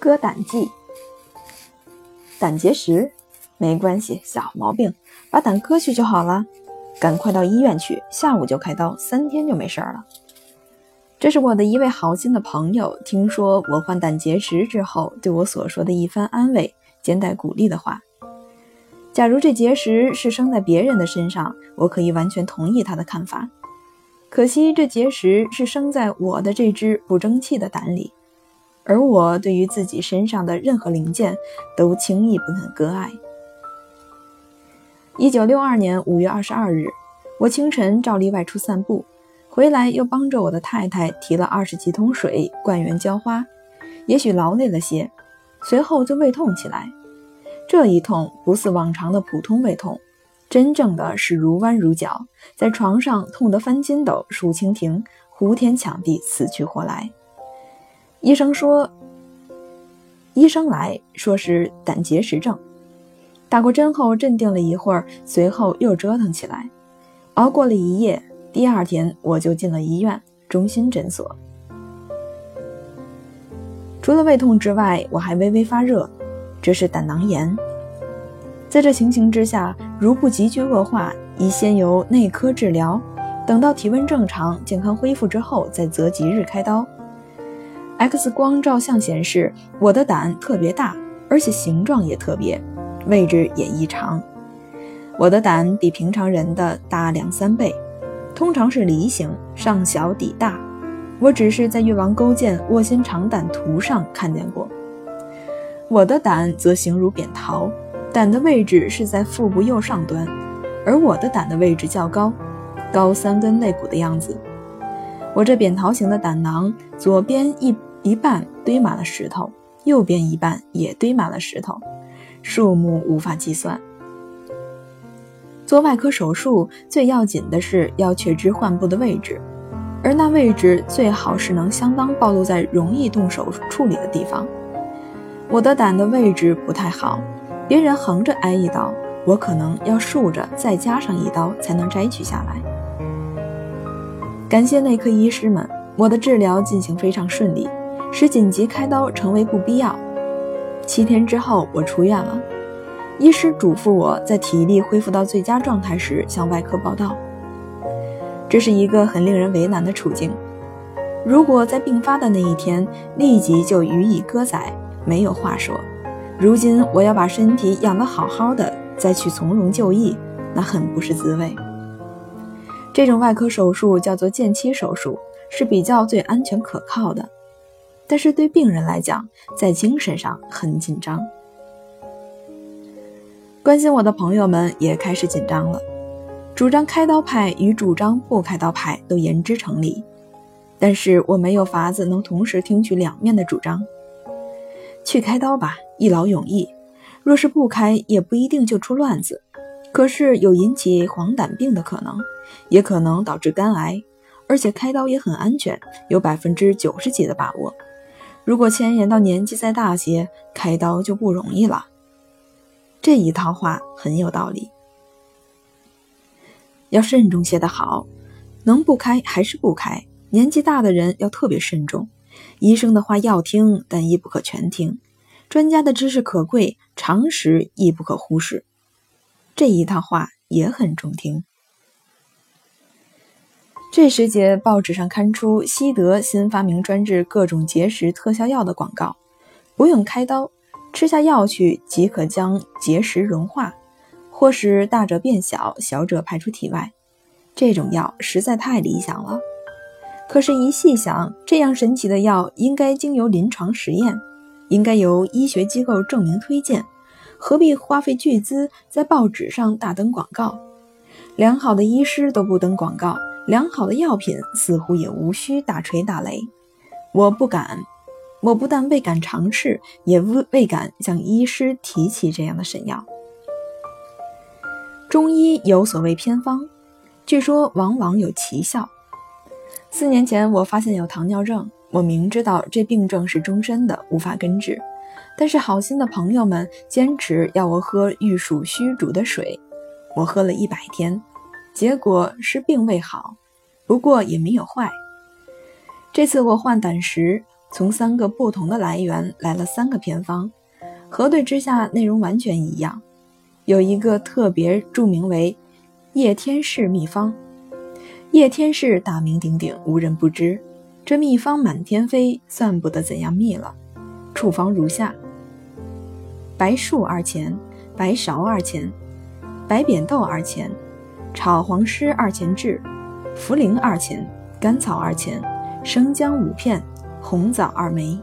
割胆剂。胆结石没关系，小毛病，把胆割去就好了，赶快到医院去，下午就开刀，3天就没事了。这是我的一位好心的朋友听说我患胆结石之后对我所说的一番安慰兼带鼓励的话。假如这结石是生在别人的身上，我可以完全同意他的看法，可惜这结石是生在我的这只不争气的胆里，而我对于自己身上的任何零件都轻易不肯割爱。1962年5月22日，我清晨照例外出散步，回来又帮着我的太太提了20几桶水灌园浇花，也许劳累了些，随后就胃痛起来。这一痛不似往常的普通胃痛，真正的是如弯如绞，在床上痛得翻筋斗、数蜻蜓、呼天抢地，死去活来。医生来说是胆结石症，打过针后镇定了一会儿，随后又折腾起来，熬过了一夜，第2天我就进了医院中心诊所。除了胃痛之外，我还微微发热，这是胆囊炎。在这情形之下，如不急剧恶化，宜先由内科治疗，等到体温正常、健康恢复之后再择吉日开刀。X 光照相显示我的胆特别大，而且形状也特别，位置也异常。我的胆比平常人的大2-3倍，通常是梨形，上小底大，我只是在越王勾践卧薪尝胆图上看见过。我的胆则形如扁桃，胆的位置是在腹部右上端，而我的胆的位置较高，高3根肋骨的样子。我这扁桃形的胆囊，左边一半堆满了石头，右边一半也堆满了石头，数目无法计算。做外科手术最要紧的是要确知患部的位置，而那位置最好是能相当暴露在容易动手处理的地方。我的胆的位置不太好，别人横着挨一刀，我可能要竖着再加上一刀才能摘取下来。感谢内科医师们，我的治疗进行非常顺利，使紧急开刀成为不必要。7天之后我出院了，医师嘱咐我在体力恢复到最佳状态时向外科报到。这是一个很令人为难的处境，如果在病发的那一天立即就予以割宰，没有话说，如今我要把身体养得好好的再去从容就医，那很不是滋味。这种外科手术叫做间期手术，是比较最安全可靠的，但是对病人来讲，在精神上很紧张。关心我的朋友们也开始紧张了，主张开刀派与主张不开刀派都言之成理，但是我没有法子能同时听取两面的主张。去开刀吧，一劳永逸，若是不开也不一定就出乱子，可是有引起黄疸病的可能，也可能导致肝癌，而且开刀也很安全，有90%几的把握。如果牵延到年纪再大些，开刀就不容易了。这一套话很有道理，要慎重些的好，能不开还是不开，年纪大的人要特别慎重，医生的话要听，但亦不可全听，专家的知识可贵，常识亦不可忽视。这一套话也很中听。这时节报纸上刊出西德新发明专治各种结石特效药的广告，不用开刀，吃下药去即可将结石融化，或使大者变小，小者排出体外。这种药实在太理想了，可是一细想，这样神奇的药应该经由临床实验，应该由医学机构证明推荐，何必花费巨资在报纸上大登广告？良好的医师都不登广告，良好的药品似乎也无需大吹大擂。我不但未敢尝试，也未敢向医师提起这样的神药。中医有所谓偏方，据说往往有奇效。4年前我发现有糖尿症，我明知道这病症是终身的，无法根治，但是好心的朋友们坚持要我喝玉蜀须煮的水，我喝了100天，结果是病未好，不过也没有坏。这次我患胆石， 从3个不同的来源来了3个偏方，核对之下内容完全一样。有一个特别注明为叶天士秘方，叶天士大名鼎鼎，无人不知。这秘方满天飞，算不得怎样秘了。处方如下：白术2钱，白芍2钱，白扁豆2钱，炒黄师2钱制，茯苓2钱，甘草2钱，生姜5片，红枣2枚。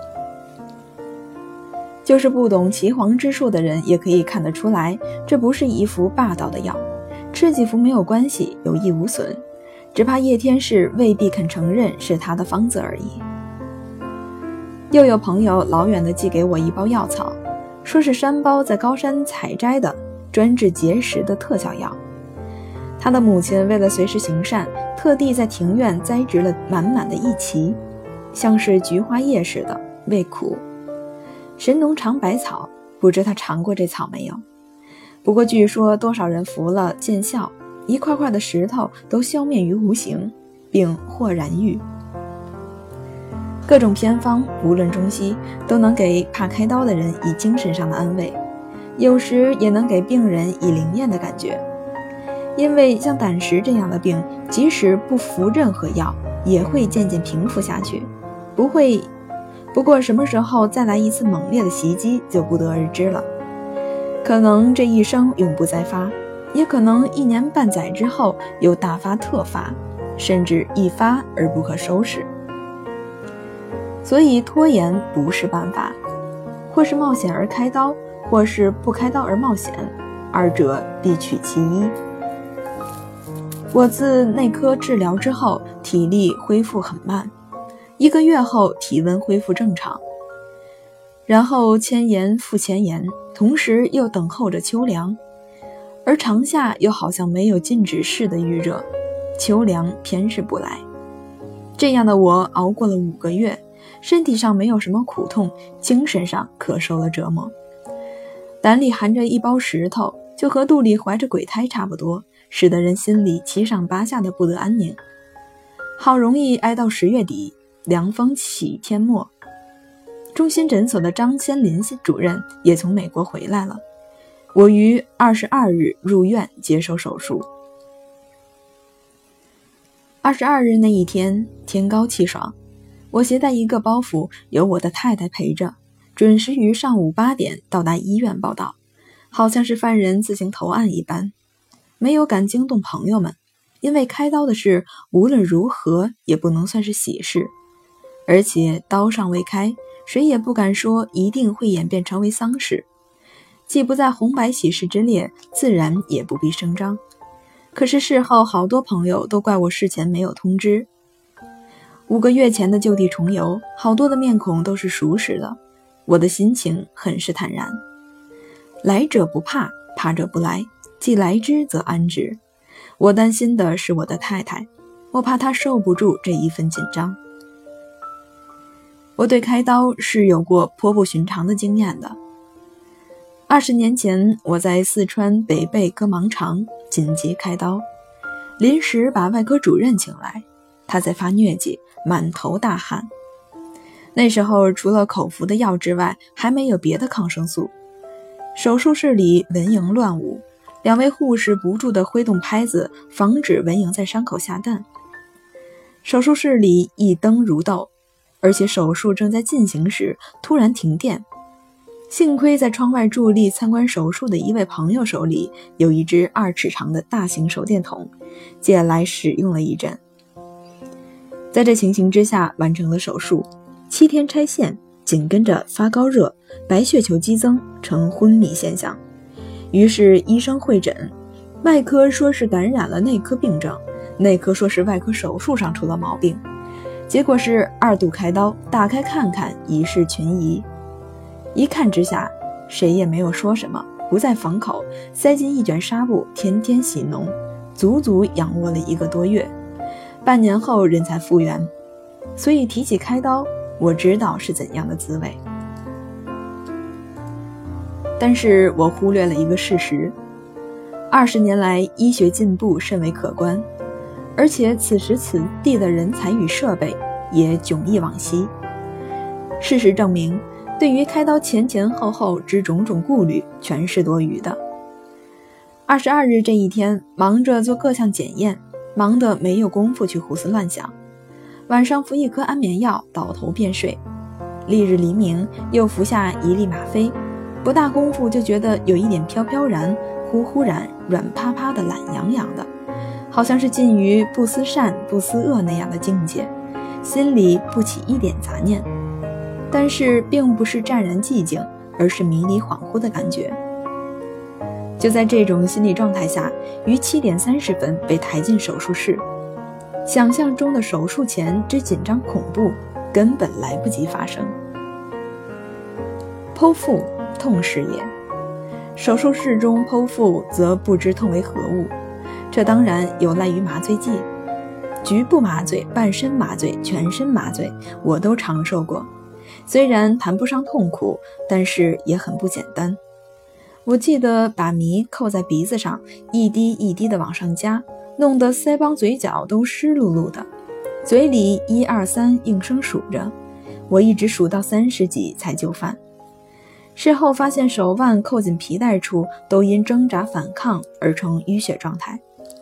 就是不懂岐黄之术的人也可以看得出来，这不是一副霸道的药，吃几服没有关系，有益无损，只怕叶天士未必肯承认是他的方子而已。又有朋友老远的寄给我一包药草，说是山包在高山采摘的，专治结石的特效药。他的母亲为了随时行善，特地在庭院栽植了满满的一畦，像是菊花叶似的，味苦。神农尝百草，不知他尝过这草没有？不过据说多少人服了见效，一块块的石头都消灭于无形，并豁然愈。各种偏方无论中西，都能给怕开刀的人以精神上的安慰，有时也能给病人以灵验的感觉。因为像胆石这样的病，即使不服任何药，也会渐渐平复下去，不过什么时候再来一次猛烈的袭击就不得而知了。可能这一生永不再发，也可能1年半载之后又大发特发，甚至一发而不可收拾。所以拖延不是办法，或是冒险而开刀，或是不开刀而冒险，二者必取其一。我自内科治疗之后，体力恢复很慢，1个月后体温恢复正常，然后迁延复迁延，同时又等候着秋凉，而长夏又好像没有禁止式的预热，秋凉偏是不来。这样的我熬过了5个月，身体上没有什么苦痛，精神上可受了折磨。胆里含着一包石头，就和肚里怀着鬼胎差不多，使得人心里七上八下的不得安宁。好容易挨到10月底，凉风起天末，中心诊所的张先林主任也从美国回来了。我于22日入院接受手术。22日那一天，天高气爽，我携带一个包袱，由我的太太陪着，准时于上午8点到达医院报到，好像是犯人自行投案一般，没有敢惊动朋友们，因为开刀的事无论如何也不能算是喜事，而且刀尚未开，谁也不敢说一定会演变成为丧事，既不在红白喜事之列，自然也不必声张。可是事后好多朋友都怪我事前没有通知。5个月前的就地重游，好多的面孔都是熟识的，我的心情很是坦然。来者不怕，怕者不来，既来之则安之。我担心的是我的太太，我怕她受不住这一份紧张。我对开刀是有过颇不寻常的经验的。20年前，我在四川北碚割盲肠紧急开刀，临时把外科主任请来，他在发疟疾，满头大汗。那时候除了口服的药之外，还没有别的抗生素。手术室里蚊蝇乱舞，2位护士不住地挥动拍子，防止蚊蝇在伤口下蛋。手术室里一灯如豆，而且手术正在进行时突然停电。幸亏在窗外伫立参观手术的一位朋友手里有一只2尺长的大型手电筒，借来使用了一阵。在这情形之下完成了手术，7天拆线，紧跟着发高热，白血球激增，呈昏迷现象。于是医生会诊，外科说是感染了内科病症，内科说是外科手术上出了毛病，结果是2度开刀，打开看看，已是群疑。一看之下，谁也没有说什么，不在房口，塞进一卷纱布，天天洗脓，足足仰卧了1个多月，半年后人才复原。所以提起开刀，我知道是怎样的滋味。但是我忽略了一个事实，20年来医学进步甚为可观，而且此时此地的人才与设备也迥异往昔。 事实证明，对于开刀前前后后之种种顾虑，全是多余的。22日这一天，忙着做各项检验，忙得没有功夫去胡思乱想。晚上服一颗安眠药，倒头便睡。翌日黎明，又服下一粒吗啡，不大功夫就觉得有一点飘飘然、忽然、软趴趴的、懒洋洋的，好像是近于不思善不思恶那样的境界，心里不起一点杂念。但是并不是湛然寂静，而是迷离恍惚的感觉。就在这种心理状态下，于7点30分被抬进手术室。想象中的手术前之紧张恐怖根本来不及发生。剖腹，痛是也。手术室中剖腹则不知痛为何物，这当然有赖于麻醉剂。局部麻醉、半身麻醉、全身麻醉我都尝受过，虽然谈不上痛苦，但是也很不简单。我记得把迷扣在鼻子上，一滴一滴的往上加，弄得腮帮嘴角都湿漉漉的，嘴里1、2、3应声数着，我一直数到30几才就范。事后发现手腕扣紧皮带处都因挣扎反抗而成淤血状态。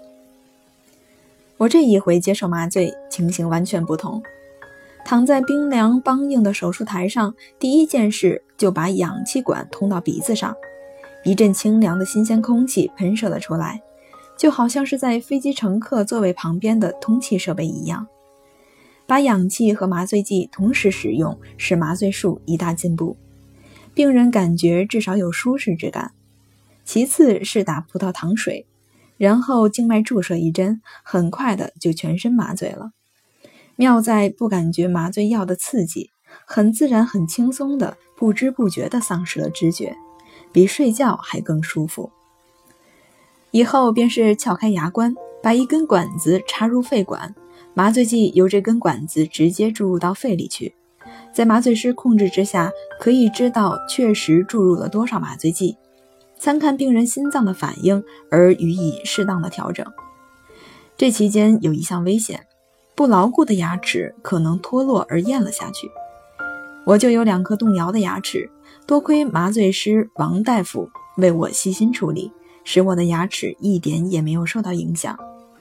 我这一回接受麻醉，情形完全不同。躺在冰凉梆硬的手术台上，第一件事就把氧气管通到鼻子上，一阵清凉的新鲜空气喷射了出来，就好像是在飞机乘客座位旁边的通气设备一样。把氧气和麻醉剂同时使用，使麻醉术一大进步，病人感觉至少有舒适之感。其次是打葡萄糖水，然后静脉注射一针，很快的就全身麻醉了。妙在不感觉麻醉药的刺激，很自然很轻松的，不知不觉的丧失了知觉，比睡觉还更舒服。以后便是撬开牙关，把一根管子插入肺管，麻醉剂由这根管子直接注入到肺里去。在麻醉师控制之下，可以知道确实注入了多少麻醉剂，参看病人心脏的反应而予以适当的调整。这期间有一项危险，不牢固的牙齿可能脱落而咽了下去。我就有2颗动摇的牙齿，多亏麻醉师王大夫为我细心处理，使我的牙齿一点也没有受到影响。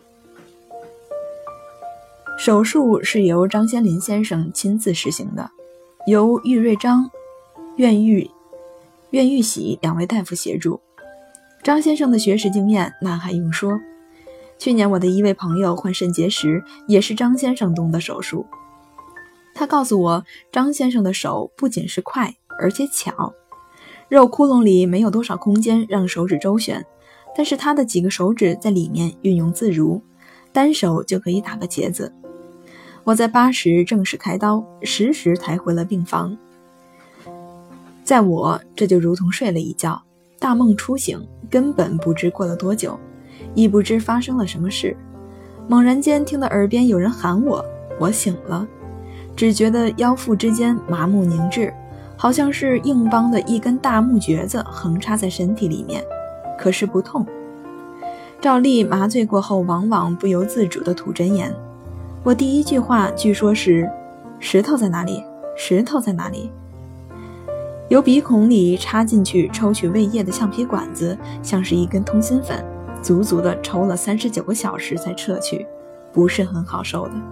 手术是由张先林先生亲自实行的，由郁瑞章、苑玉喜2位大夫协助。张先生的学识经验那还用说，去年我的一位朋友患肾结石，也是张先生动的手术。他告诉我，张先生的手不仅是快，而且巧。肉窟窿里没有多少空间让手指周旋，但是他的几个手指在里面运用自如，单手就可以打个结子。我在8时正式开刀，10时抬回了病房。在我这就如同睡了一觉，大梦初醒，根本不知过了多久，亦不知发生了什么事。猛然间听到耳边有人喊我，我醒了，只觉得腰腹之间麻木凝滞，好像是硬邦的一根大木橛子横插在身体里面，可是不痛。照例麻醉过后往往不由自主地吐真言，我第一句话据说是石头在哪里？石头在哪里？由鼻孔里插进去抽取胃液的橡皮管子像是一根通心粉，足足的抽了39个小时才撤去，不是很好受的。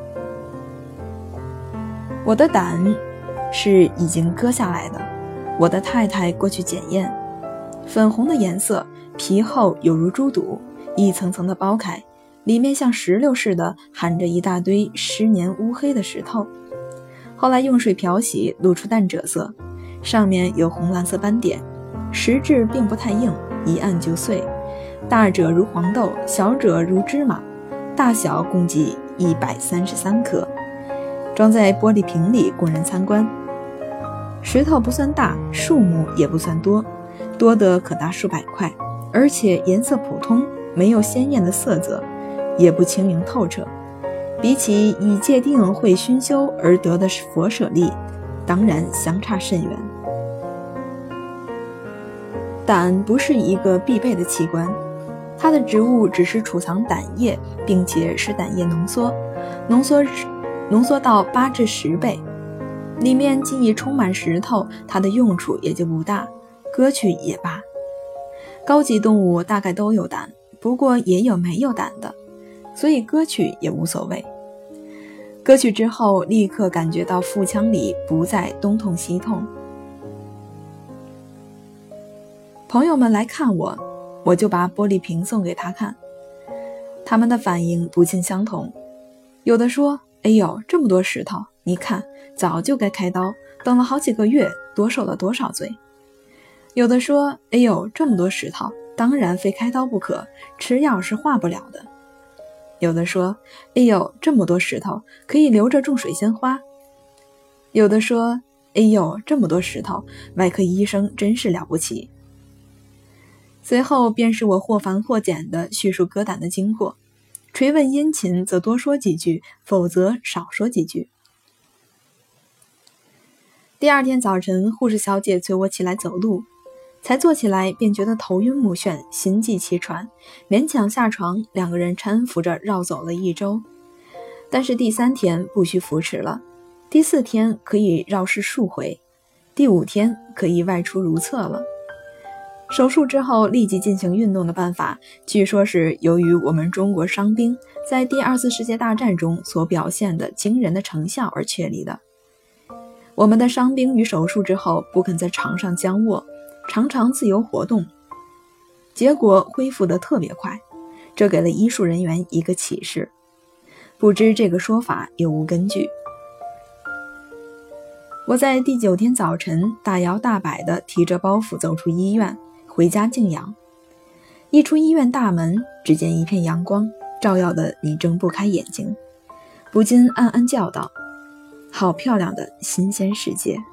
我的胆是已经割下来的，我的太太过去检验，粉红的颜色，皮厚有如猪肚，一层层的剥开，里面像石榴似的含着一大堆湿黏乌黑的石头。后来用水漂洗，露出淡赭色，上面有红蓝色斑点，实质并不太硬，一按就碎，大者如黄豆，小者如芝麻，大小共计133颗，装在玻璃瓶里供人参观。石头不算大，数目也不算多，多得可达数百块，而且颜色普通，没有鲜艳的色泽，也不轻盈透彻，比起以界定会熏修而得的佛舍利，当然相差甚远。胆不是一个必备的器官，它的职务只是储藏胆液，并且使胆液浓缩到8至10倍， 里面既已充满石头，它的用处也就不大，割去也罢。高级动物大概都有胆，不过也有没有胆的，所以割去也无所谓。割去之后，立刻感觉到腹腔里不再东痛西痛。朋友们来看我，我就把玻璃瓶送给他看，他们的反应不尽相同。有的说：“哎呦，这么多石头，你看，早就该开刀，等了好几个月，多受了多少罪。”有的说：“哎呦，这么多石头，当然非开刀不可，吃药是化不了的。”有的说：“哎呦，这么多石头，可以留着种水仙花。”有的说：“哎呦，这么多石头，外科医生真是了不起。”随后便是我或繁或简地叙述割胆的经过，垂问殷勤则多说几句，否则少说几句。第二天早晨，护士小姐催我起来走路，才坐起来便觉得头晕目眩，心悸气喘，勉强下床，两个人搀扶着绕走了1周。但是第3天不需扶持了，第4天可以绕室数回，第5天可以外出如厕了。手术之后立即进行运动的办法，据说是由于我们中国伤兵在第2次世界大战中所表现的惊人的成效而确立的。我们的伤兵于手术之后不肯在床上僵卧，常常自由活动，结果恢复得特别快，这给了医术人员一个启示。不知这个说法有无根据。我在第9天早晨大摇大摆地提着包袱走出医院，回家静养。一出医院大门，只见一片阳光，照耀得你睁不开眼睛，不禁暗暗叫道：好漂亮的新鲜世界。